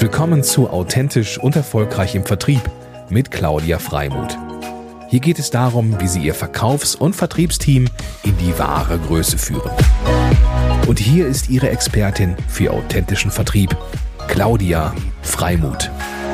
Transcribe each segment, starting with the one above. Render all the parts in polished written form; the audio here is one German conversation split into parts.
Willkommen zu Authentisch und Erfolgreich im Vertrieb mit Claudia Freimuth. Hier geht es darum, wie Sie Ihr Verkaufs- und Vertriebsteam in die wahre Größe führen. Und hier ist Ihre Expertin für authentischen Vertrieb, Claudia Freimuth.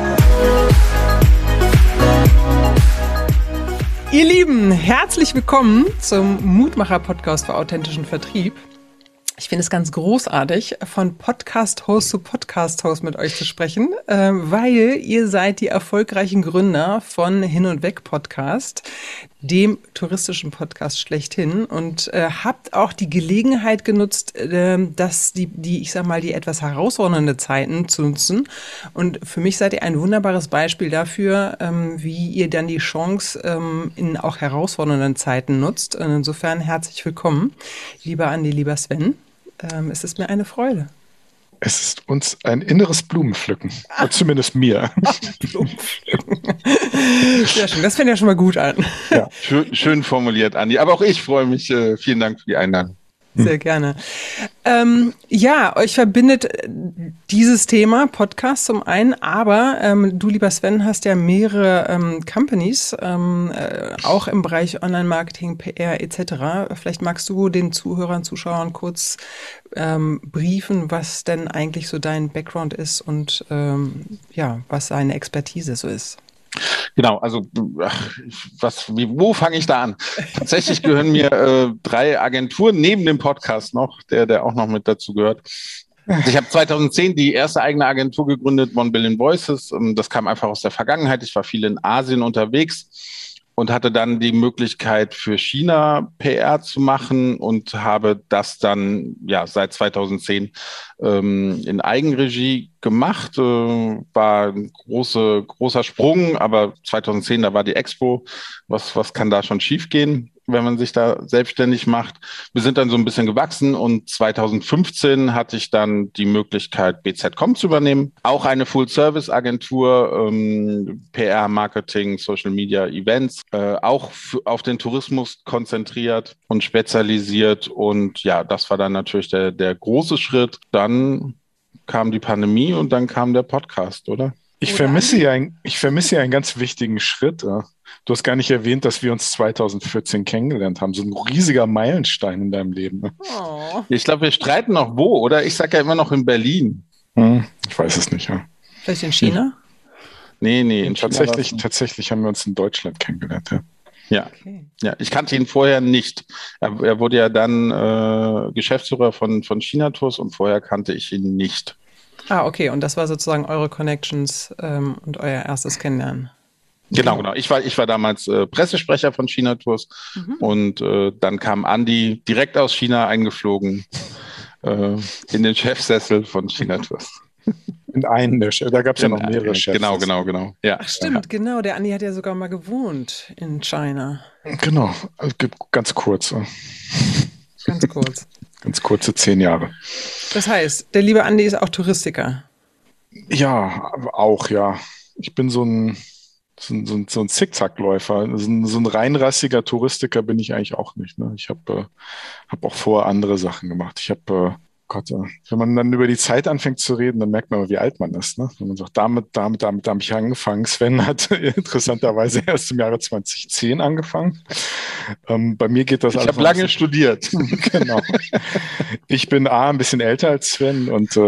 Ihr Lieben, herzlich willkommen zum Mutmacher-Podcast für authentischen Vertrieb. Ich finde es ganz großartig, von Podcast-Host zu Podcast-Host mit euch zu sprechen, weil ihr seid die erfolgreichen Gründer von Hin und Weg Podcast, dem touristischen Podcast schlechthin, und habt auch die Gelegenheit genutzt, dass die etwas herausfordernde Zeiten zu nutzen. Und für mich seid ihr ein wunderbares Beispiel dafür, wie ihr dann die Chance in auch herausfordernden Zeiten nutzt. Und insofern herzlich willkommen, lieber Andi, lieber Sven. Es ist mir eine Freude. Es ist uns ein inneres Blumenpflücken. Zumindest mir. Blumenpflücken. Sehr schön, das fängt ja schon mal gut an. Ja. Schön formuliert, Andi. Aber auch ich freue mich. Vielen Dank für die Einladung. Sehr gerne. Euch verbindet dieses Thema Podcast zum einen, aber du, lieber Sven, hast ja mehrere Companies, auch im Bereich Online-Marketing, PR etc. Vielleicht magst du den Zuhörern, Zuschauern kurz briefen, was denn eigentlich so dein Background ist und was deine Expertise so ist. Genau, also wo fange ich da an? Tatsächlich gehören mir 3 Agenturen neben dem Podcast noch, der auch noch mit dazu gehört. Also ich habe 2010 die erste eigene Agentur gegründet, 1 Billion Voices. Das kam einfach aus der Vergangenheit. Ich war viel in Asien unterwegs und hatte dann die Möglichkeit, für China PR zu machen und habe das dann seit 2010 in Eigenregie gemacht. War ein großer Sprung, aber 2010, da war die Expo. Was kann da schon schiefgehen, wenn man sich da selbstständig macht? Wir sind dann so ein bisschen gewachsen und 2015 hatte ich dann die Möglichkeit, BZ.com zu übernehmen. Auch eine Full-Service-Agentur, PR, Marketing, Social Media, Events, auch auf den Tourismus konzentriert und spezialisiert. Und ja, das war dann natürlich der große Schritt. Dann kam die Pandemie und dann kam der Podcast, oder? Ich vermisse hier einen ganz wichtigen Schritt. Du hast gar nicht erwähnt, dass wir uns 2014 kennengelernt haben. So ein riesiger Meilenstein in deinem Leben. Oh. Ich glaube, wir streiten noch wo, oder? Ich sage ja immer noch in Berlin. Ich weiß es nicht, ja. Vielleicht in China? Nee, in tatsächlich haben wir uns in Deutschland kennengelernt, ja. Ja. Okay. Ja, ich kannte ihn vorher nicht. Er wurde ja dann Geschäftsführer von China Tours und vorher kannte ich ihn nicht. Ah, okay. Und das war sozusagen eure Connections und euer erstes Kennenlernen. Genau. Ich war damals Pressesprecher von China Tours und dann kam Andi direkt aus China eingeflogen in den Chefsessel von China Tours. In einen, da gab es ja noch mehrere Chefs. Genau. Ja. Ach stimmt, genau. Der Andi hat ja sogar mal gewohnt in China. Genau, ganz kurz. Ganz kurz. Ganz kurze 10 Jahre. Das heißt, der liebe Andi ist auch Touristiker. Ja, auch, ja. Ich bin so ein Zickzackläufer. So ein reinrassiger Touristiker bin ich eigentlich auch nicht. Ne? Ich habe auch vorher andere Sachen gemacht. Ich habe wenn man dann über die Zeit anfängt zu reden, dann merkt man mal, wie alt man ist. Ne? Wenn man sagt, damit habe ich angefangen. Sven hat interessanterweise erst im Jahre 2010 angefangen. Bei mir geht das alles. Ich habe lange studiert. Genau. Ich bin ein bisschen älter als Sven und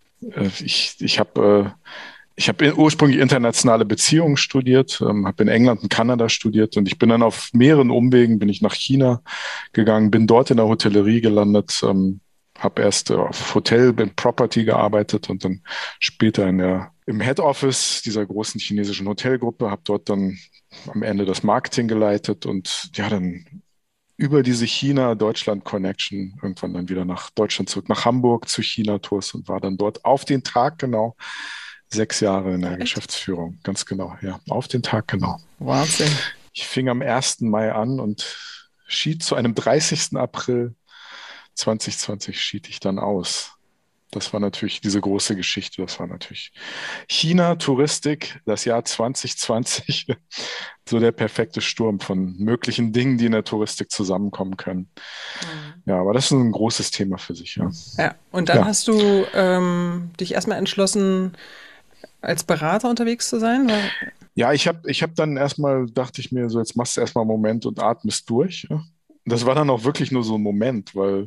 ich habe ursprünglich internationale Beziehungen studiert, habe in England und Kanada studiert und ich bin dann auf mehreren Umwegen bin ich nach China gegangen, bin dort in der Hotellerie gelandet, habe erst auf Hotel, in Property gearbeitet und dann später im Head Office dieser großen chinesischen Hotelgruppe, habe dort dann am Ende das Marketing geleitet und ja, dann über diese China-Deutschland-Connection irgendwann dann wieder nach Deutschland zurück, nach Hamburg zu China Tours und war dann dort auf den Tag genau 6 Jahre in der Geschäftsführung. Ganz genau, ja, auf den Tag genau. Wahnsinn. Ich fing am 1. Mai an und schied zu einem 30. April 2020 schied ich dann aus. Das war natürlich diese große Geschichte. Das war natürlich China, Touristik, das Jahr 2020. So der perfekte Sturm von möglichen Dingen, die in der Touristik zusammenkommen können. Ja, aber das ist ein großes Thema für sich. Ja, ja. Und dann hast du dich erstmal entschlossen, als Berater unterwegs zu sein? Ja, ich hab dann erstmal, dachte ich mir so, jetzt machst du erstmal einen Moment und atmest durch. Ja. Das war dann auch wirklich nur so ein Moment, weil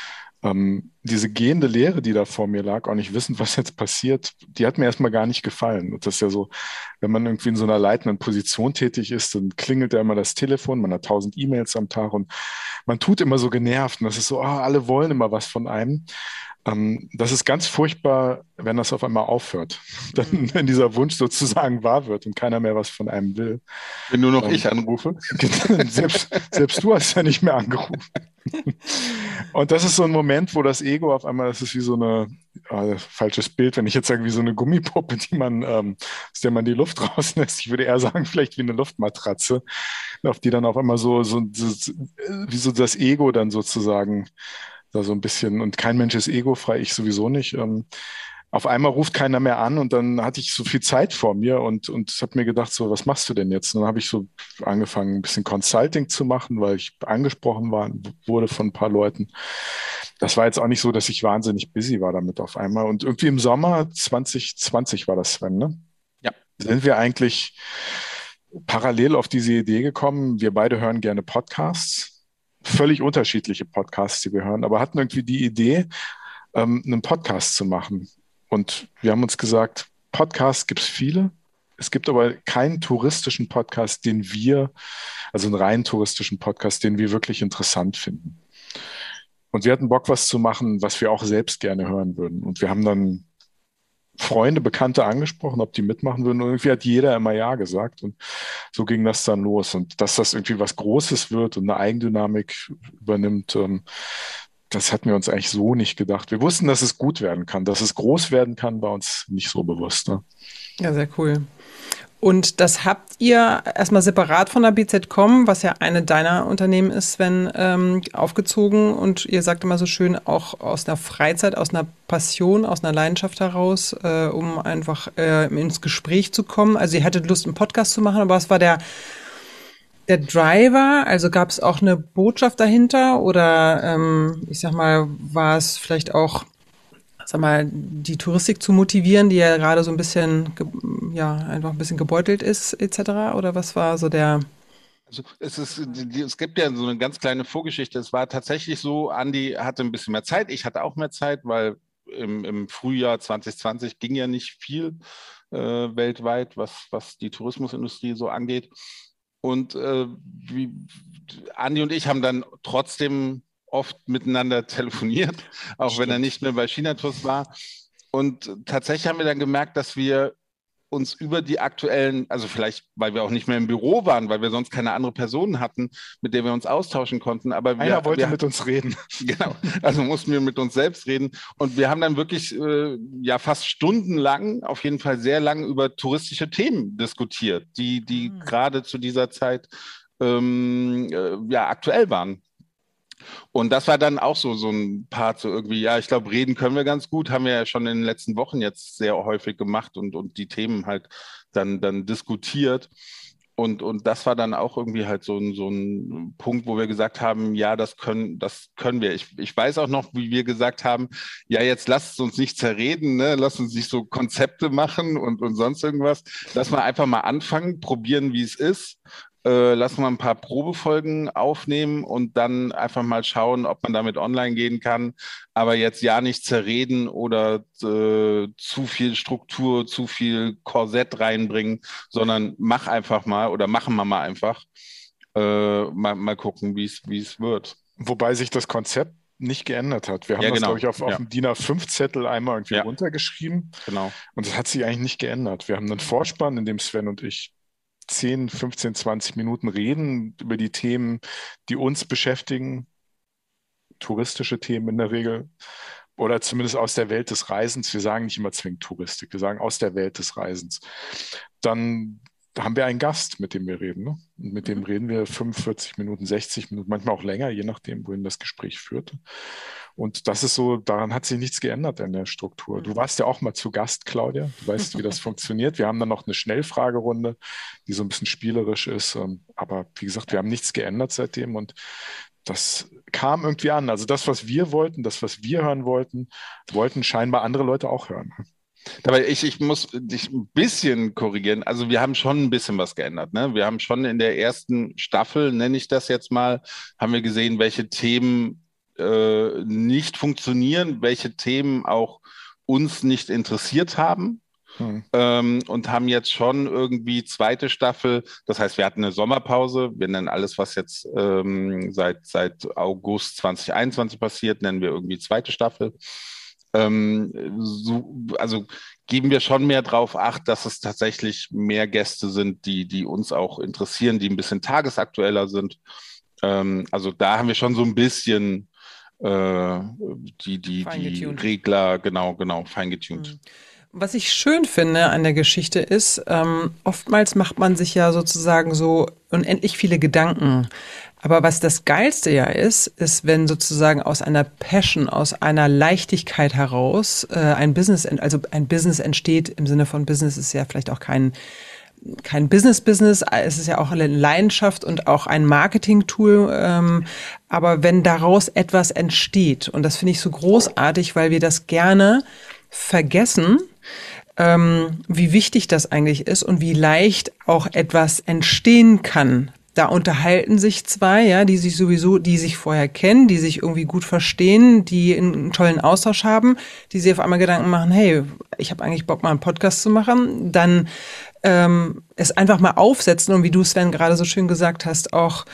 diese gehende Leere, die da vor mir lag, auch nicht wissend, was jetzt passiert, die hat mir erstmal gar nicht gefallen. Und das ist ja so, wenn man irgendwie in so einer leitenden Position tätig ist, dann klingelt ja immer das Telefon, man hat 1000 E-Mails am Tag und man tut immer so genervt und das ist so, alle wollen immer was von einem. Das ist ganz furchtbar, wenn das auf einmal aufhört, dann, wenn dieser Wunsch sozusagen wahr wird und keiner mehr was von einem will. Wenn nur noch Ähm, ich anrufe. selbst du hast ja nicht mehr angerufen. Und das ist so ein Moment, wo das Ego auf einmal, das ist wie so eine, falsches Bild, wenn ich jetzt sage, wie so eine Gummipuppe, aus der man die Luft rauslässt. Ich würde eher sagen, vielleicht wie eine Luftmatratze, auf die dann auf einmal wie so das Ego dann sozusagen da so ein bisschen, und kein Mensch ist egofrei, ich sowieso nicht. Auf einmal ruft keiner mehr an und dann hatte ich so viel Zeit vor mir und habe mir gedacht, so, was machst du denn jetzt? Und dann habe ich so angefangen, ein bisschen Consulting zu machen, weil ich wurde von ein paar Leuten. Das war jetzt auch nicht so, dass ich wahnsinnig busy war damit auf einmal. Und irgendwie im Sommer 2020 war das, Sven, ne? Ja. Sind wir eigentlich parallel auf diese Idee gekommen. Wir beide hören gerne Podcasts, völlig unterschiedliche Podcasts, die wir hören, aber hatten irgendwie die Idee, einen Podcast zu machen. Und wir haben uns gesagt, Podcasts gibt es viele. Es gibt aber keinen touristischen Podcast, also einen rein touristischen Podcast, den wir wirklich interessant finden. Und wir hatten Bock, was zu machen, was wir auch selbst gerne hören würden. Und wir haben dann Freunde, Bekannte angesprochen, ob die mitmachen würden. Und irgendwie hat jeder immer Ja gesagt. Und so ging das dann los. Und dass das irgendwie was Großes wird und eine Eigendynamik übernimmt, das hatten wir uns eigentlich so nicht gedacht. Wir wussten, dass es gut werden kann. Dass es groß werden kann, war uns nicht so bewusst. Ne? Ja, sehr cool. Und das habt ihr erstmal separat von der BZ.com, was ja eine deiner Unternehmen ist, Sven, aufgezogen. Und ihr sagt immer so schön, auch aus einer Freizeit, aus einer Passion, aus einer Leidenschaft heraus, um einfach ins Gespräch zu kommen. Also ihr hattet Lust, einen Podcast zu machen, aber was war der Driver? Also gab es auch eine Botschaft dahinter? Oder ich sag mal, war es vielleicht auch, sag mal, die Touristik zu motivieren, die ja gerade so ein bisschen, einfach ein bisschen gebeutelt ist, etc.? Oder was war so der... Also es gibt ja so eine ganz kleine Vorgeschichte. Es war tatsächlich so, Andi hatte ein bisschen mehr Zeit, ich hatte auch mehr Zeit, weil im Frühjahr 2020 ging ja nicht viel weltweit, was die Tourismusindustrie so angeht. Und Andi und ich haben dann trotzdem oft miteinander telefoniert, auch wenn er nicht mehr bei China Tours war. Und tatsächlich haben wir dann gemerkt, dass wir uns über die aktuellen, also vielleicht, weil wir auch nicht mehr im Büro waren, weil wir sonst keine andere Person hatten, mit der wir uns austauschen konnten. Aber Einer wollte mit uns reden. Genau, also mussten wir mit uns selbst reden. Und wir haben dann wirklich fast stundenlang, auf jeden Fall sehr lang über touristische Themen diskutiert, die gerade zu dieser Zeit aktuell waren. Und das war dann auch so ein Part, so irgendwie, ja, ich glaube, reden können wir ganz gut, haben wir ja schon in den letzten Wochen jetzt sehr häufig gemacht und die Themen halt dann diskutiert. Und das war dann auch irgendwie halt so ein Punkt, wo wir gesagt haben, ja, das können wir. Ich weiß auch noch, wie wir gesagt haben, ja, jetzt lasst uns nicht zerreden, ne? Lasst uns nicht so Konzepte machen und sonst irgendwas. Lass mal einfach mal anfangen, probieren, wie es ist. Lass mal ein paar Probefolgen aufnehmen und dann einfach mal schauen, ob man damit online gehen kann. Aber jetzt ja nicht zerreden oder zu viel Struktur, zu viel Korsett reinbringen, sondern mach einfach mal oder machen wir mal einfach. Mal gucken, wie es wird. Wobei sich das Konzept nicht geändert hat. Wir haben das, glaube ich, auf dem DIN A5-Zettel einmal irgendwie runtergeschrieben. Genau. Und das hat sich eigentlich nicht geändert. Wir haben einen Vorspann, in dem Sven und ich 10, 15, 20 Minuten reden über die Themen, die uns beschäftigen, touristische Themen in der Regel, oder zumindest aus der Welt des Reisens. Wir sagen nicht immer zwingend Touristik, wir sagen aus der Welt des Reisens. Dann haben wir einen Gast, mit dem wir reden. Ne? Und mit dem reden wir 45 Minuten, 60 Minuten, manchmal auch länger, je nachdem, wohin das Gespräch führt. Und das ist so, daran hat sich nichts geändert in der Struktur. Du warst ja auch mal zu Gast, Claudia. Du weißt, wie das funktioniert. Wir haben dann noch eine Schnellfragerunde, die so ein bisschen spielerisch ist. Aber wie gesagt, wir haben nichts geändert seitdem und das kam irgendwie an. Also das, was wir wollten, das, was wir hören wollten, wollten scheinbar andere Leute auch hören. Aber ich muss dich ein bisschen korrigieren. Also wir haben schon ein bisschen was geändert. Ne? Wir haben schon in der ersten Staffel, nenne ich das jetzt mal, haben wir gesehen, welche Themen nicht funktionieren, welche Themen auch uns nicht interessiert haben. Und haben jetzt schon irgendwie zweite Staffel. Das heißt, wir hatten eine Sommerpause. Wir nennen alles, was jetzt seit August 2021 passiert, nennen wir irgendwie zweite Staffel. Also geben wir schon mehr drauf Acht, dass es tatsächlich mehr Gäste sind, die uns auch interessieren, die ein bisschen tagesaktueller sind. Also da haben wir schon so ein bisschen die Regler, genau, feingetuned. Was ich schön finde an der Geschichte ist, oftmals macht man sich ja sozusagen so unendlich viele Gedanken. Aber was das Geilste ja ist, wenn sozusagen aus einer Passion, aus einer Leichtigkeit heraus ein Business entsteht. Im Sinne von Business ist ja vielleicht auch kein Business, es ist ja auch eine Leidenschaft und auch ein Marketing-Tool, aber wenn daraus etwas entsteht, und das finde ich so großartig, weil wir das gerne vergessen, wie wichtig das eigentlich ist und wie leicht auch etwas entstehen kann. Da unterhalten sich zwei, ja, die sich vorher kennen, die sich irgendwie gut verstehen, die einen tollen Austausch haben, die sich auf einmal Gedanken machen, hey, ich habe eigentlich Bock, mal einen Podcast zu machen, dann es einfach mal aufsetzen und wie du, Sven, gerade so schön gesagt hast, auch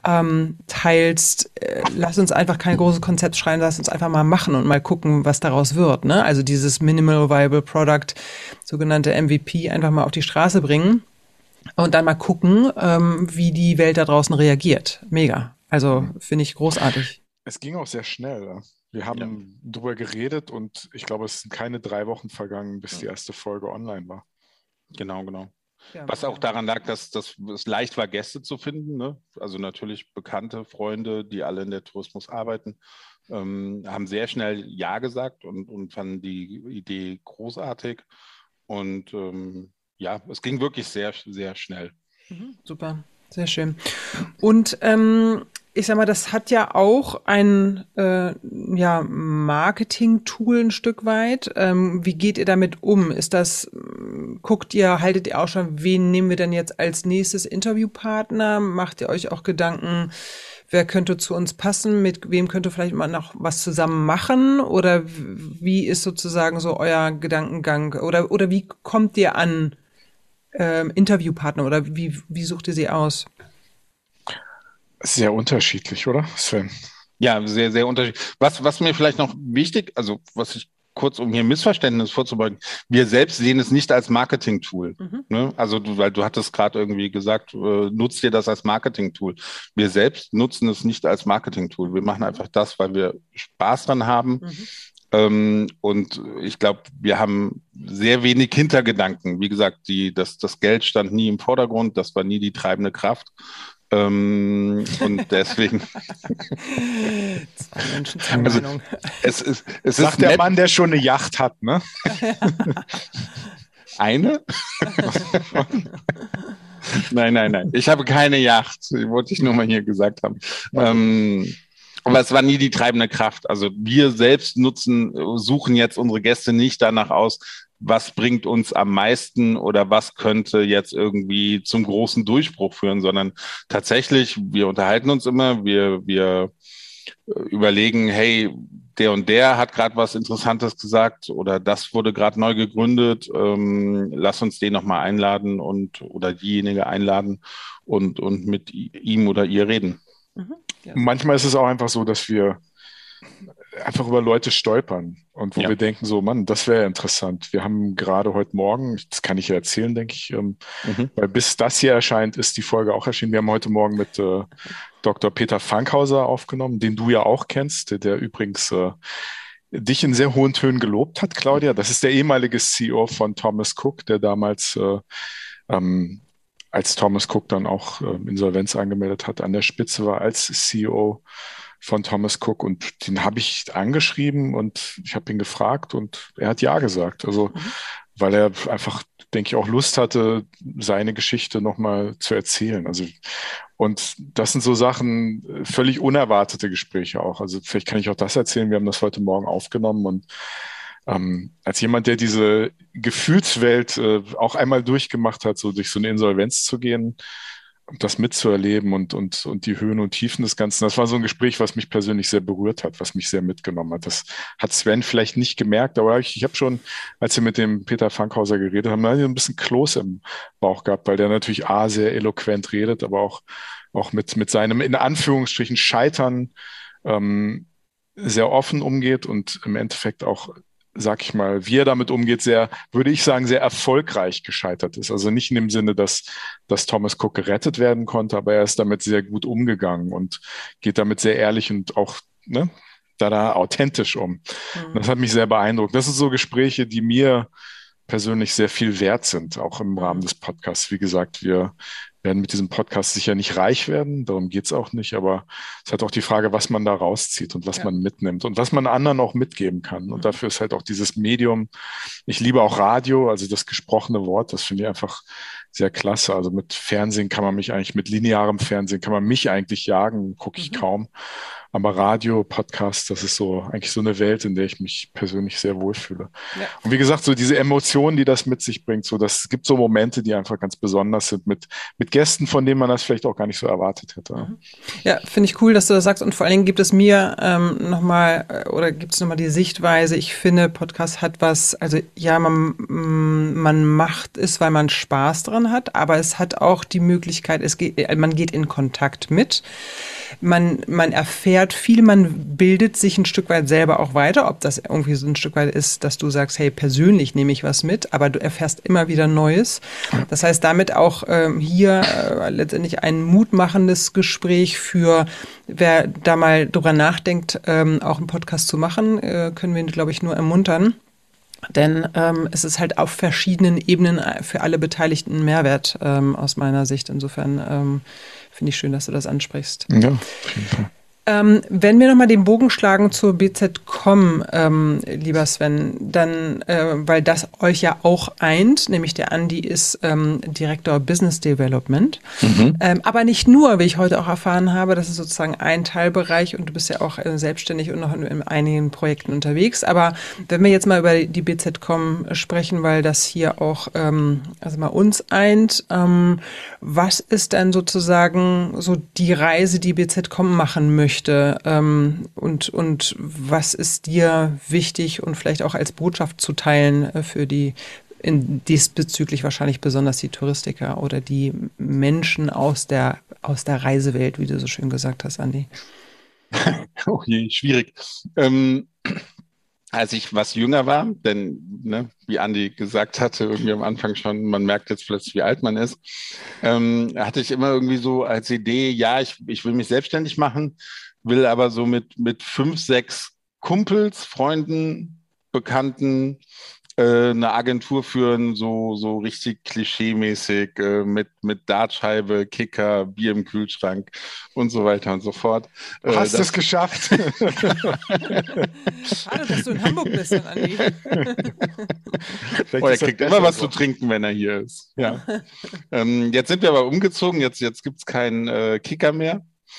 teilst, lass uns einfach kein großes Konzept schreiben, lass uns einfach mal machen und mal gucken, was daraus wird, ne? Also dieses Minimal Viable Product, sogenannte MVP, einfach mal auf die Straße bringen und dann mal gucken, wie die Welt da draußen reagiert. Mega. Also finde ich großartig. Es ging auch sehr schnell. Wir haben drüber geredet und ich glaube, es sind keine 3 Wochen vergangen, bis die erste Folge online war. Genau. Ja, was auch daran lag, dass es leicht war, Gäste zu finden. Ne? Also natürlich bekannte Freunde, die alle in der Tourismus arbeiten, haben sehr schnell Ja gesagt und fanden die Idee großartig. Und es ging wirklich sehr, sehr schnell. Super, sehr schön. Und ich sag mal, das hat ja auch ein Marketing-Tool ein Stück weit. Wie geht ihr damit um? Haltet ihr auch schon, wen nehmen wir denn jetzt als nächstes Interviewpartner? Macht ihr euch auch Gedanken, wer könnte zu uns passen? Mit wem könnte vielleicht mal noch was zusammen machen? Oder wie ist sozusagen so euer Gedankengang? Oder wie kommt ihr an Interviewpartner? Oder wie sucht ihr sie aus? Sehr unterschiedlich, oder, Sven? Ja, sehr, sehr unterschiedlich. Was mir vielleicht noch wichtig, also was ich kurz, um hier Missverständnis vorzubeugen, wir selbst sehen es nicht als Marketing-Tool. Ne? Also weil du hattest gerade irgendwie gesagt, nutzt dir das als Marketing-Tool. Wir selbst nutzen es nicht als Marketing-Tool. Wir machen einfach das, weil wir Spaß dran haben. Und ich glaube, wir haben sehr wenig Hintergedanken. Wie gesagt, das Geld stand nie im Vordergrund, das war nie die treibende Kraft. Und deswegen. Zwei Menschen, zwei Meinungen. Es sagt der Mann, der schon eine Yacht hat, ne? Eine? Nein. Ich habe keine Yacht. Wollte ich nur mal hier gesagt haben. Aber es war nie die treibende Kraft. Also wir selbst suchen jetzt unsere Gäste nicht danach aus, was bringt uns am meisten oder was könnte jetzt irgendwie zum großen Durchbruch führen, sondern tatsächlich, wir unterhalten uns immer, wir überlegen, hey, der und der hat gerade was Interessantes gesagt oder das wurde gerade neu gegründet, lass uns den nochmal einladen oder diejenige einladen und mit ihm oder ihr reden. Ja. Manchmal ist es auch einfach so, dass wir einfach über Leute stolpern und wo wir denken so, Mann, das wäre interessant. Wir haben gerade heute Morgen, das kann ich ja erzählen, denke ich, weil bis das hier erscheint, ist die Folge auch erschienen. Wir haben heute Morgen mit Dr. Peter Fankhauser aufgenommen, den du ja auch kennst, der übrigens dich in sehr hohen Tönen gelobt hat, Claudia. Das ist der ehemalige CEO von Thomas Cook, der damals als Thomas Cook dann auch Insolvenz angemeldet hat, an der Spitze war als CEO von Thomas Cook und den habe ich angeschrieben und ich habe ihn gefragt und er hat ja gesagt. Also weil er einfach, denke ich, auch Lust hatte, seine Geschichte nochmal zu erzählen. Also und das sind so Sachen, völlig unerwartete Gespräche auch. Also vielleicht kann ich auch das erzählen. Wir haben das heute Morgen aufgenommen und als jemand, der diese Gefühlswelt auch einmal durchgemacht hat, so durch so eine Insolvenz zu gehen, das mitzuerleben und die Höhen und Tiefen des Ganzen. Das war so ein Gespräch, was mich persönlich sehr berührt hat, was mich sehr mitgenommen hat. Das hat Sven vielleicht nicht gemerkt, aber ich habe schon, als wir mit dem Peter Fankhauser geredet haben, ein bisschen Kloß im Bauch gehabt, weil der natürlich sehr eloquent redet, aber auch mit seinem, in Anführungsstrichen, Scheitern sehr offen umgeht und im Endeffekt auch, sag ich mal, wie er damit umgeht, sehr, würde ich sagen, sehr erfolgreich gescheitert ist. Also nicht in dem Sinne, dass Thomas Cook gerettet werden konnte, aber er ist damit sehr gut umgegangen und geht damit sehr ehrlich und auch, ne, authentisch um. Und das hat mich sehr beeindruckt. Das sind so Gespräche, die mir persönlich sehr viel wert sind, auch im Rahmen des Podcasts. Wie gesagt, wir werden mit diesem Podcast sicher nicht reich werden, darum geht's auch nicht, aber es hat auch die Frage, was man da rauszieht und was man mitnimmt und was man anderen auch mitgeben kann. Und dafür ist halt auch dieses Medium, ich liebe auch Radio, also das gesprochene Wort, das finde ich einfach sehr klasse. Also mit Fernsehen kann man mich eigentlich, mit linearem Fernsehen kann man mich eigentlich jagen, gucke ich kaum. Aber Radio, Podcast, das ist so eigentlich so eine Welt, in der ich mich persönlich sehr wohlfühle. Ja. Und wie gesagt, so diese Emotionen, die das mit sich bringt, so das gibt so Momente, die einfach ganz besonders sind mit Gästen, von denen man das vielleicht auch gar nicht so erwartet hätte. Ja, finde ich cool, dass du das sagst. Und vor allen Dingen gibt es mir nochmal die Sichtweise, ich finde, Podcast hat was, also ja, man macht es, weil man Spaß dran hat, aber es hat auch die Möglichkeit, man geht in Kontakt mit. Man erfährt viel, man bildet sich ein Stück weit selber auch weiter, ob das irgendwie so ein Stück weit ist, dass du sagst, hey, persönlich nehme ich was mit, aber du erfährst immer wieder Neues. Das heißt, damit auch hier letztendlich ein mutmachendes Gespräch für, wer da mal drüber nachdenkt, auch einen Podcast zu machen, können wir ihn, glaube ich, nur ermuntern. Denn es ist halt auf verschiedenen Ebenen für alle Beteiligten Mehrwert aus meiner Sicht. Insofern finde ich schön, dass du das ansprichst. Ja, auf jeden Fall. Wenn wir nochmal den Bogen schlagen zur BZ.com, lieber Sven, dann, weil das euch ja auch eint, nämlich der Andi ist Direktor Business Development, aber nicht nur, wie ich heute auch erfahren habe, das ist sozusagen ein Teilbereich und du bist ja auch selbstständig und noch in einigen Projekten unterwegs, aber wenn wir jetzt mal über die BZ.com sprechen, weil das hier auch also mal uns eint, was ist denn sozusagen so die Reise, die BZ.com machen möchte? Und was ist dir wichtig und vielleicht auch als Botschaft zu teilen für diesbezüglich wahrscheinlich besonders die Touristiker oder die Menschen aus der Reisewelt, wie du so schön gesagt hast, Andi? Oh je, schwierig. Als ich was jünger war, denn wie Andi gesagt hatte, irgendwie am Anfang schon, man merkt jetzt plötzlich, wie alt man ist, hatte ich immer irgendwie so als Idee, ja, ich will mich selbstständig machen, will aber so mit 5, 6 Kumpels, Freunden, Bekannten eine Agentur führen, so richtig klischeemäßig, mit Dartscheibe, Kicker, Bier im Kühlschrank und so weiter und so fort. Du hast es geschafft. Schade, dass du in Hamburg bist, Andi. Er kriegt immer was zu trinken, wenn er hier ist. Ja. Jetzt sind wir aber umgezogen, jetzt gibt es keinen Kicker mehr.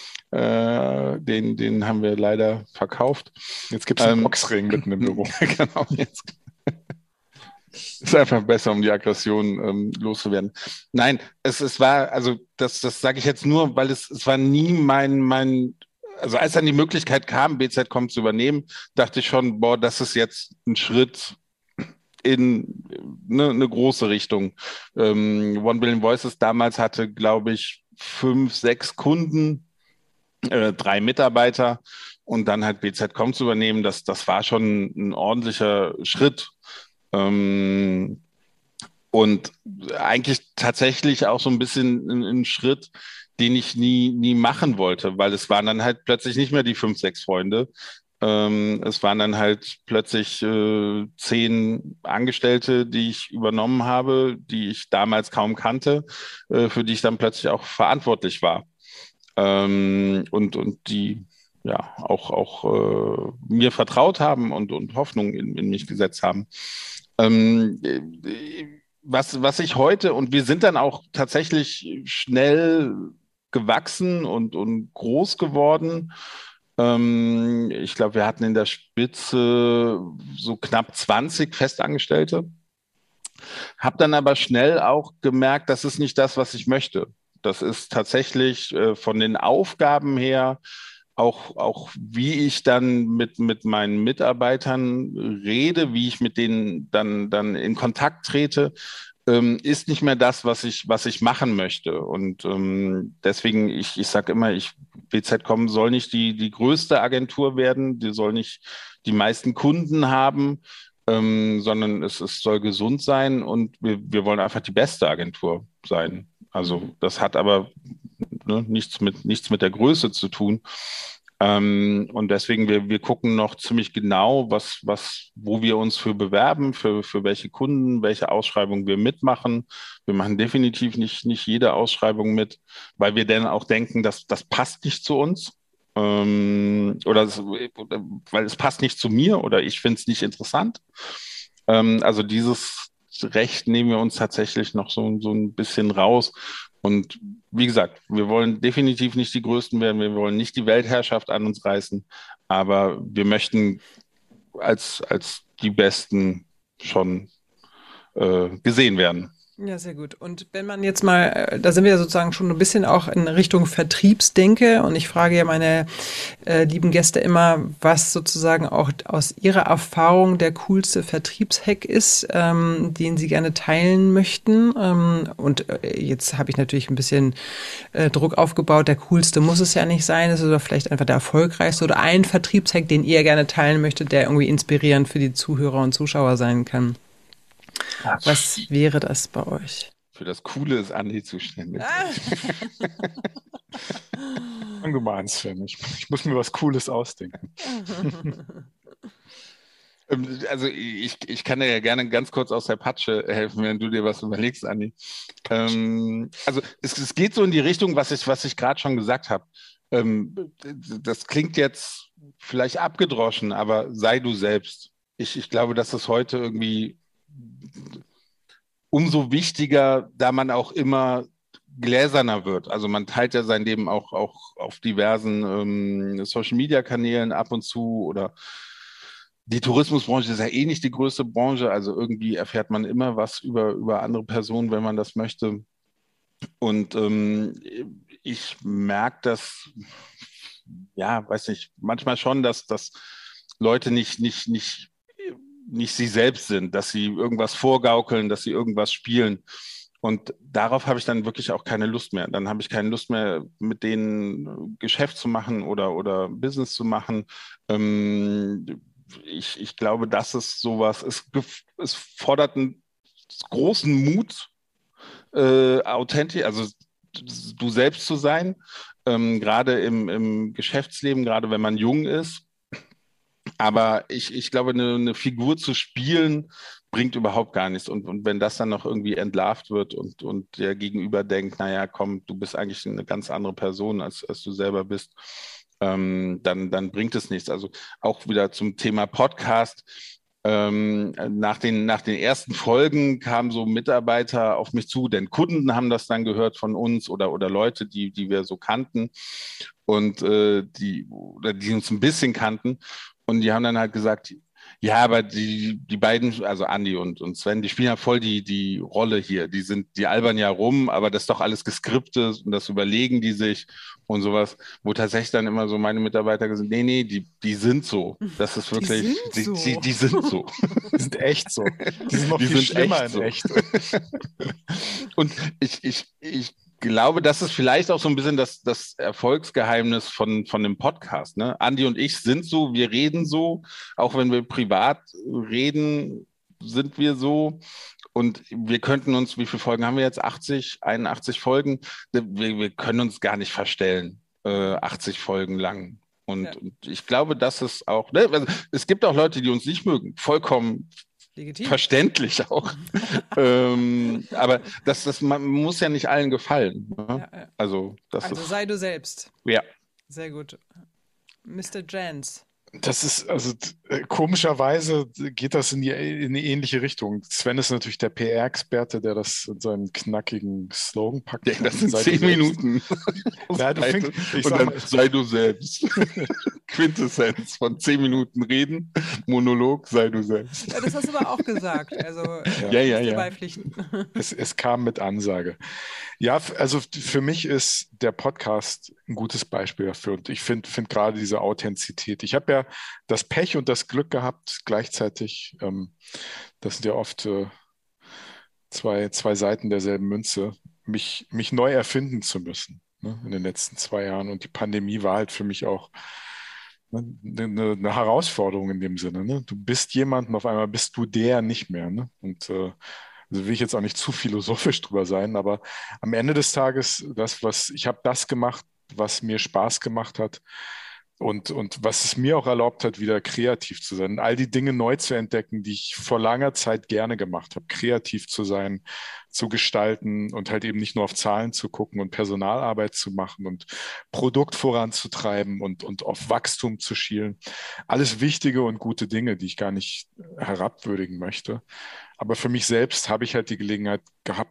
Den haben wir leider verkauft. Jetzt gibt es einen Boxring mitten im Büro. Genau, jetzt. Ist einfach besser, um die Aggression loszuwerden. Nein, es war, also das sage ich jetzt nur, weil es war nie also als dann die Möglichkeit kam, BZ.com zu übernehmen, dachte ich schon, das ist jetzt ein Schritt in eine große Richtung. One Billion Voices damals hatte, glaube ich, 5, 6 Kunden, 3 Mitarbeiter und dann halt BZ.com zu übernehmen, das war schon ein ordentlicher Schritt. Und eigentlich tatsächlich auch so ein bisschen ein Schritt, den ich nie machen wollte, weil es waren dann halt plötzlich nicht mehr die 5, 6 Freunde. Es waren dann halt plötzlich 10 Angestellte, die ich übernommen habe, die ich damals kaum kannte, für die ich dann plötzlich auch verantwortlich war. Und die ja auch mir vertraut haben und Hoffnung in mich gesetzt haben. Was ich heute, und wir sind dann auch tatsächlich schnell gewachsen und groß geworden, Ich glaube, wir hatten in der Spitze so knapp 20 Festangestellte. Habe dann aber schnell auch gemerkt, das ist nicht das, was ich möchte. Das ist tatsächlich von den Aufgaben her, auch wie ich dann mit meinen Mitarbeitern rede, wie ich mit denen dann in Kontakt trete, ist nicht mehr das, was ich machen möchte. Und deswegen, ich sage immer, BZ.com soll nicht die größte Agentur werden, die soll nicht die meisten Kunden haben, sondern es soll gesund sein und wir wollen einfach die beste Agentur sein. Also das hat aber nichts mit der Größe zu tun. Und deswegen, wir gucken noch ziemlich genau, wo wir uns für bewerben, für welche Kunden, welche Ausschreibungen wir mitmachen. Wir machen definitiv nicht jede Ausschreibung mit, weil wir dann auch denken, dass das passt nicht zu uns. Weil es passt nicht zu mir oder ich finde es nicht interessant. Also dieses Recht nehmen wir uns tatsächlich noch so ein bisschen raus. Und wie gesagt, wir wollen definitiv nicht die Größten werden, wir wollen nicht die Weltherrschaft an uns reißen, aber wir möchten als die Besten schon gesehen werden. Ja, sehr gut. Und wenn man jetzt mal, da sind wir ja sozusagen schon ein bisschen auch in Richtung Vertriebsdenke und ich frage ja meine lieben Gäste immer, was sozusagen auch aus ihrer Erfahrung der coolste Vertriebshack ist, den sie gerne teilen möchten. Und jetzt habe ich natürlich ein bisschen Druck aufgebaut. Der coolste muss es ja nicht sein, es ist oder vielleicht einfach der erfolgreichste oder ein Vertriebshack, den ihr gerne teilen möchtet, der irgendwie inspirierend für die Zuhörer und Zuschauer sein kann. Was wäre das bei euch? Für das Coole ist Andi zuständig. Fang du mal an, Sven. Ich muss mir was Cooles ausdenken. Also ich kann dir ja gerne ganz kurz aus der Patsche helfen, wenn du dir was überlegst, Andi. Also es geht so in die Richtung, was ich gerade schon gesagt habe. Das klingt jetzt vielleicht abgedroschen, aber sei du selbst. Ich glaube, dass das heute irgendwie umso wichtiger, da man auch immer gläserner wird. Also man teilt ja sein Leben auch auf diversen Social-Media-Kanälen ab und zu oder die Tourismusbranche ist ja eh nicht die größte Branche, also irgendwie erfährt man immer was über andere Personen, wenn man das möchte. Und ich merke das, ja, weiß nicht, manchmal schon, dass Leute nicht sie selbst sind, dass sie irgendwas vorgaukeln, dass sie irgendwas spielen. Und darauf habe ich dann wirklich auch keine Lust mehr. Dann habe ich keine Lust mehr, mit denen Geschäft zu machen oder Business zu machen. Ich glaube, das ist sowas, es fordert einen großen Mut, authentisch, also du selbst zu sein, gerade im Geschäftsleben, gerade wenn man jung ist. Aber ich glaube, eine Figur zu spielen, bringt überhaupt gar nichts. Und wenn das dann noch irgendwie entlarvt wird und der Gegenüber denkt, naja, komm, du bist eigentlich eine ganz andere Person, als du selber bist, dann bringt es nichts. Also auch wieder zum Thema Podcast. Nach den ersten Folgen kamen so Mitarbeiter auf mich zu, denn Kunden haben das dann gehört von uns oder Leute, die wir so kannten und die uns ein bisschen kannten. Und die haben dann halt gesagt, ja, aber die beiden, also Andi und Sven, die spielen ja voll die Rolle hier. Die albern ja rum, aber das ist doch alles geskriptet und das überlegen die sich und sowas, wo tatsächlich dann immer so meine Mitarbeiter gesagt, nee, die sind so. Das ist wirklich, die sind so. Die sind echt so. Die sind noch viel schlimmer in echt. Und ich glaube, das ist vielleicht auch so ein bisschen das Erfolgsgeheimnis von dem Podcast. Ne? Andi und ich sind so, wir reden so, auch wenn wir privat reden, sind wir so. Und wir könnten uns, wie viele Folgen haben wir jetzt? 81 Folgen. Wir können uns gar nicht verstellen, 80 Folgen lang. Und ich glaube, das ist auch, ne? Also, es gibt auch Leute, die uns nicht mögen. Vollkommen legitim. Verständlich auch. Aber man muss ja nicht allen gefallen. Ne? Ja. Also sei du selbst. Ja. Sehr gut. Mr. Jans. Das ist, also komischerweise geht das in eine ähnliche Richtung. Sven ist natürlich der PR-Experte, der das in seinen knackigen Slogan packt. Ja, das sind Sei 10 du selbst. Minuten. Ja, du fängst, ich Und sag dann mal, sei du selbst. Quintessenz von 10 Minuten reden, Monolog, sei du selbst. Ja, das hast du aber auch gesagt. Also Ja, ich ja, muss dir ja. beipflichten. es kam mit Ansage. Ja, also für mich ist der Podcast ein gutes Beispiel dafür. Und ich finde gerade diese Authentizität. Ich habe ja das Pech und das Glück gehabt, gleichzeitig, das sind ja oft zwei Seiten derselben Münze, mich neu erfinden zu müssen, ne, in den letzten 2 Jahren. Und die Pandemie war halt für mich auch ne, eine Herausforderung in dem Sinne. Ne? Du bist jemand und auf einmal bist du der nicht mehr. Ne? Und also will ich jetzt auch nicht zu philosophisch drüber sein, aber am Ende des Tages, ich habe das gemacht, was mir Spaß gemacht hat und was es mir auch erlaubt hat, wieder kreativ zu sein. All die Dinge neu zu entdecken, die ich vor langer Zeit gerne gemacht habe. Kreativ zu sein, zu gestalten und halt eben nicht nur auf Zahlen zu gucken und Personalarbeit zu machen und Produkt voranzutreiben und auf Wachstum zu schielen. Alles wichtige und gute Dinge, die ich gar nicht herabwürdigen möchte. Aber für mich selbst habe ich halt die Gelegenheit gehabt,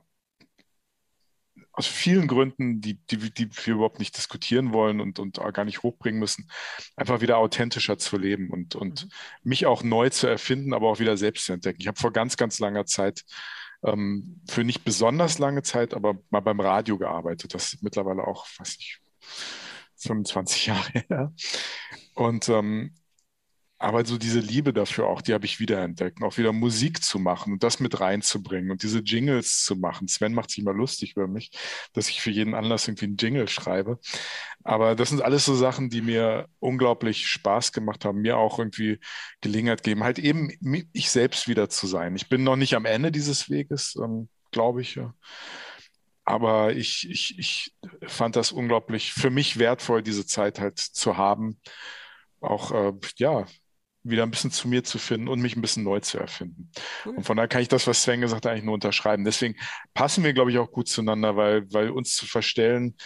aus vielen Gründen, die wir überhaupt nicht diskutieren wollen und auch gar nicht hochbringen müssen, einfach wieder authentischer zu leben und mich auch neu zu erfinden, aber auch wieder selbst zu entdecken. Ich habe vor ganz, ganz langer Zeit, für nicht besonders lange Zeit, aber mal beim Radio gearbeitet. Das ist mittlerweile auch, weiß ich, 25 Jahre her. Und aber so diese Liebe dafür auch, die habe ich wiederentdeckt. Und auch wieder Musik zu machen und das mit reinzubringen und diese Jingles zu machen. Sven macht sich immer lustig über mich, dass ich für jeden Anlass irgendwie einen Jingle schreibe. Aber das sind alles so Sachen, die mir unglaublich Spaß gemacht haben, mir auch irgendwie Gelegenheit geben, halt eben ich selbst wieder zu sein. Ich bin noch nicht am Ende dieses Weges, glaube ich. Ja. Aber ich fand das unglaublich für mich wertvoll, diese Zeit halt zu haben. Auch, ja, wieder ein bisschen zu mir zu finden und mich ein bisschen neu zu erfinden. Cool. Und von daher kann ich das, was Sven gesagt hat, eigentlich nur unterschreiben. Deswegen passen wir, glaube ich, auch gut zueinander, weil uns zu verstellen,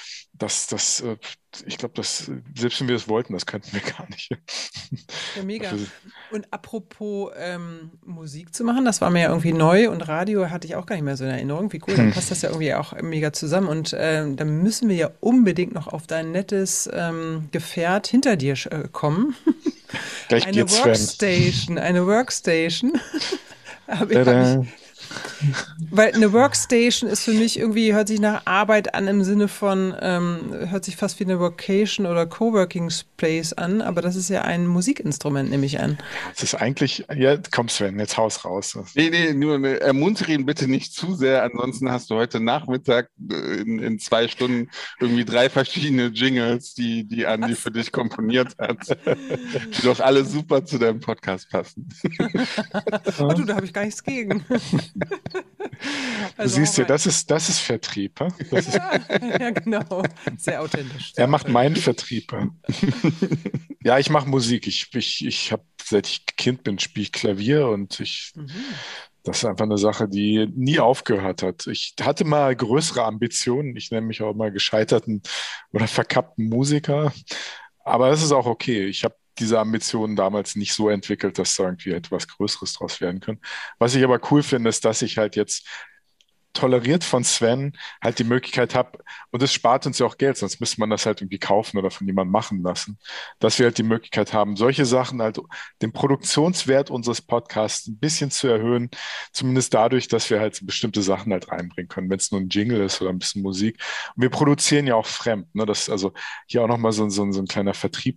ich glaube, selbst wenn wir es wollten, das könnten wir gar nicht. Ja, mega. Dafür- Und apropos Musik zu machen, das war mir ja irgendwie neu und Radio hatte ich auch gar nicht mehr so in Erinnerung. Wie cool, dann passt das ja irgendwie auch mega zusammen. Und dann müssen wir ja unbedingt noch auf dein nettes Gefährt hinter dir kommen. Gleich Eine geht's, Sven. Eine Workstation. Hab ich, Tada. weil eine Workstation ist für mich irgendwie, hört sich nach Arbeit an im Sinne von, hört sich fast wie eine Workation oder Coworking Place an, aber das ist ja ein Musikinstrument, nehme ich an. Es ist eigentlich, ja, komm Sven, jetzt haus raus. Nee, nur ermuntere ihn bitte nicht zu sehr, ansonsten hast du heute Nachmittag in 2 Stunden irgendwie 3 verschiedene Jingles, die Andi für dich komponiert hat, die doch alle super zu deinem Podcast passen. Oh du, da habe ich gar nichts gegen. Du siehst ja, das ist Vertrieb. Das ist, ja, genau. Sehr authentisch. er macht meinen Vertrieb. Ja, ich mache Musik. Ich habe, seit ich Kind bin, spiele ich Klavier und das ist einfach eine Sache, die nie aufgehört hat. Ich hatte mal größere Ambitionen. Ich nenne mich auch mal gescheiterten oder verkappten Musiker. Aber das ist auch okay. Ich habe diese Ambitionen damals nicht so entwickelt, dass da irgendwie etwas Größeres draus werden kann. Was ich aber cool finde, ist, dass ich halt jetzt toleriert von Sven halt die Möglichkeit habe, und es spart uns ja auch Geld, sonst müsste man das halt irgendwie kaufen oder von jemandem machen lassen, dass wir halt die Möglichkeit haben, solche Sachen halt den Produktionswert unseres Podcasts ein bisschen zu erhöhen, zumindest dadurch, dass wir halt so bestimmte Sachen halt reinbringen können, wenn es nur ein Jingle ist oder ein bisschen Musik. Und wir produzieren ja auch fremd, ne? Das ist also hier auch nochmal so ein kleiner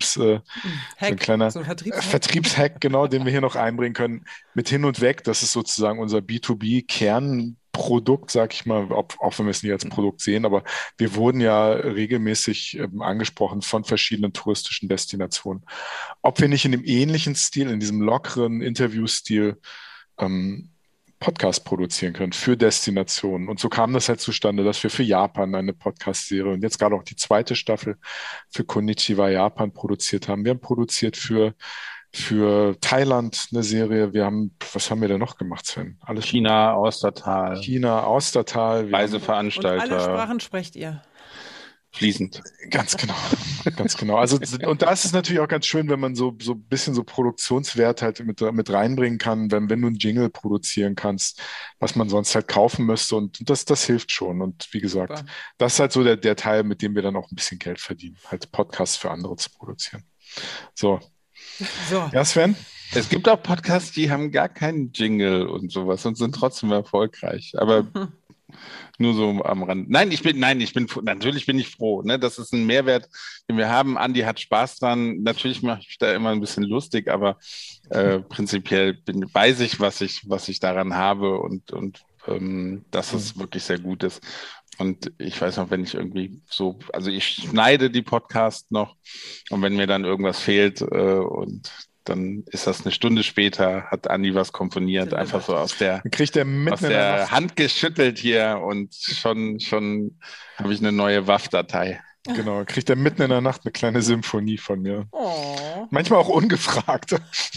Vertriebshack, genau, den wir hier noch einbringen können, mit hin und weg. Das ist sozusagen unser B2B-Kernprodukt, sag ich mal, auch wenn wir es nicht als Produkt sehen, aber wir wurden ja regelmäßig angesprochen von verschiedenen touristischen Destinationen. Ob wir nicht in dem ähnlichen Stil, in diesem lockeren Interviewstil Podcast produzieren können für Destinationen. Und so kam das halt zustande, dass wir für Japan eine Podcast-Serie und jetzt gerade auch die 2. Staffel für Konnichiwa Japan produziert haben. Wir haben produziert für Thailand eine Serie. Was haben wir denn noch gemacht, Sven? Alles China, Austertal. China, Austertal. Und Reiseveranstalter. alle Sprachen sprecht ihr. fließend. Ganz genau, ganz genau. Also, und da ist es natürlich auch ganz schön, wenn man so ein bisschen so Produktionswert halt mit reinbringen kann, wenn du einen Jingle produzieren kannst, was man sonst halt kaufen müsste. Und das hilft schon. Und wie gesagt, Super. das ist halt so der Teil, mit dem wir dann auch ein bisschen Geld verdienen, halt Podcasts für andere zu produzieren. So. Ja, Sven? Es gibt auch Podcasts, die haben gar keinen Jingle und sowas und sind trotzdem erfolgreich. Aber nur so am Rand. Natürlich bin ich froh. Ne? Das ist ein Mehrwert, den wir haben. Andi hat Spaß dran. Natürlich mache ich da immer ein bisschen lustig, aber prinzipiell weiß ich, was ich daran habe und dass es wirklich sehr gut ist. Und ich weiß noch, wenn ich irgendwie so, also ich schneide die Podcasts noch und wenn mir dann irgendwas fehlt und dann ist das eine Stunde später, hat Andi was komponiert, einfach so aus der Hand geschüttelt hier und schon habe ich eine neue WAV-Datei. Genau, kriegt er mitten in der Nacht eine kleine Symphonie von mir. Oh. Manchmal auch ungefragt.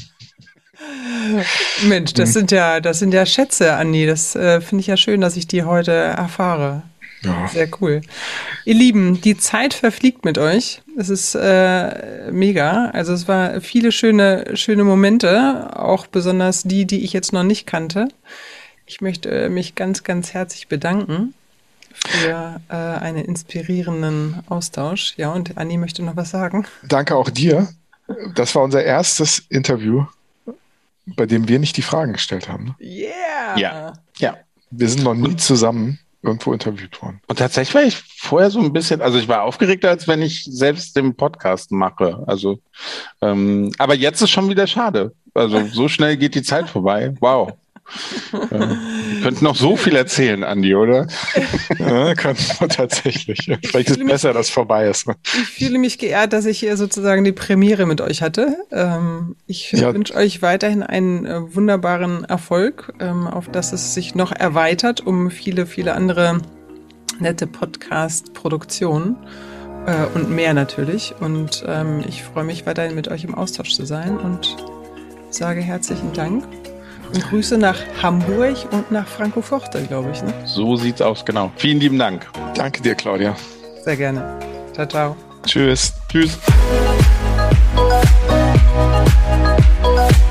Mensch, das sind ja Schätze, Andi. Das finde ich ja schön, dass ich die heute erfahre. Ja. Sehr cool. Ihr Lieben, die Zeit verfliegt mit euch. Es ist mega. Also es war viele schöne Momente, auch besonders die ich jetzt noch nicht kannte. Ich möchte mich ganz, ganz herzlich bedanken für einen inspirierenden Austausch. Ja, und Andi möchte noch was sagen. Danke auch dir. Das war unser erstes Interview, bei dem wir nicht die Fragen gestellt haben. Yeah! Ja. Wir sind noch nie zusammen irgendwo interviewt worden. Und tatsächlich war ich vorher so ein bisschen, also ich war aufgeregter, als wenn ich selbst den Podcast mache. Also, aber jetzt ist schon wieder schade. Also so schnell geht die Zeit vorbei. Wow. Wir könnten noch so viel erzählen, Andi, oder? Ja, könnten wir tatsächlich. Vielleicht ist es besser, dass es vorbei ist. Ich fühle mich geehrt, dass ich hier sozusagen die Premiere mit euch hatte. Ich wünsche euch weiterhin einen wunderbaren Erfolg, auf dass es sich noch erweitert um viele, viele andere nette Podcast-Produktionen und mehr natürlich. Und ich freue mich weiterhin mit euch im Austausch zu sein und sage herzlichen Dank. Und Grüße nach Hamburg und nach Francoforte, glaube ich. Ne? So sieht's aus, genau. Vielen lieben Dank. Danke dir, Claudia. Sehr gerne. Ciao, ciao. Tschüss. Tschüss.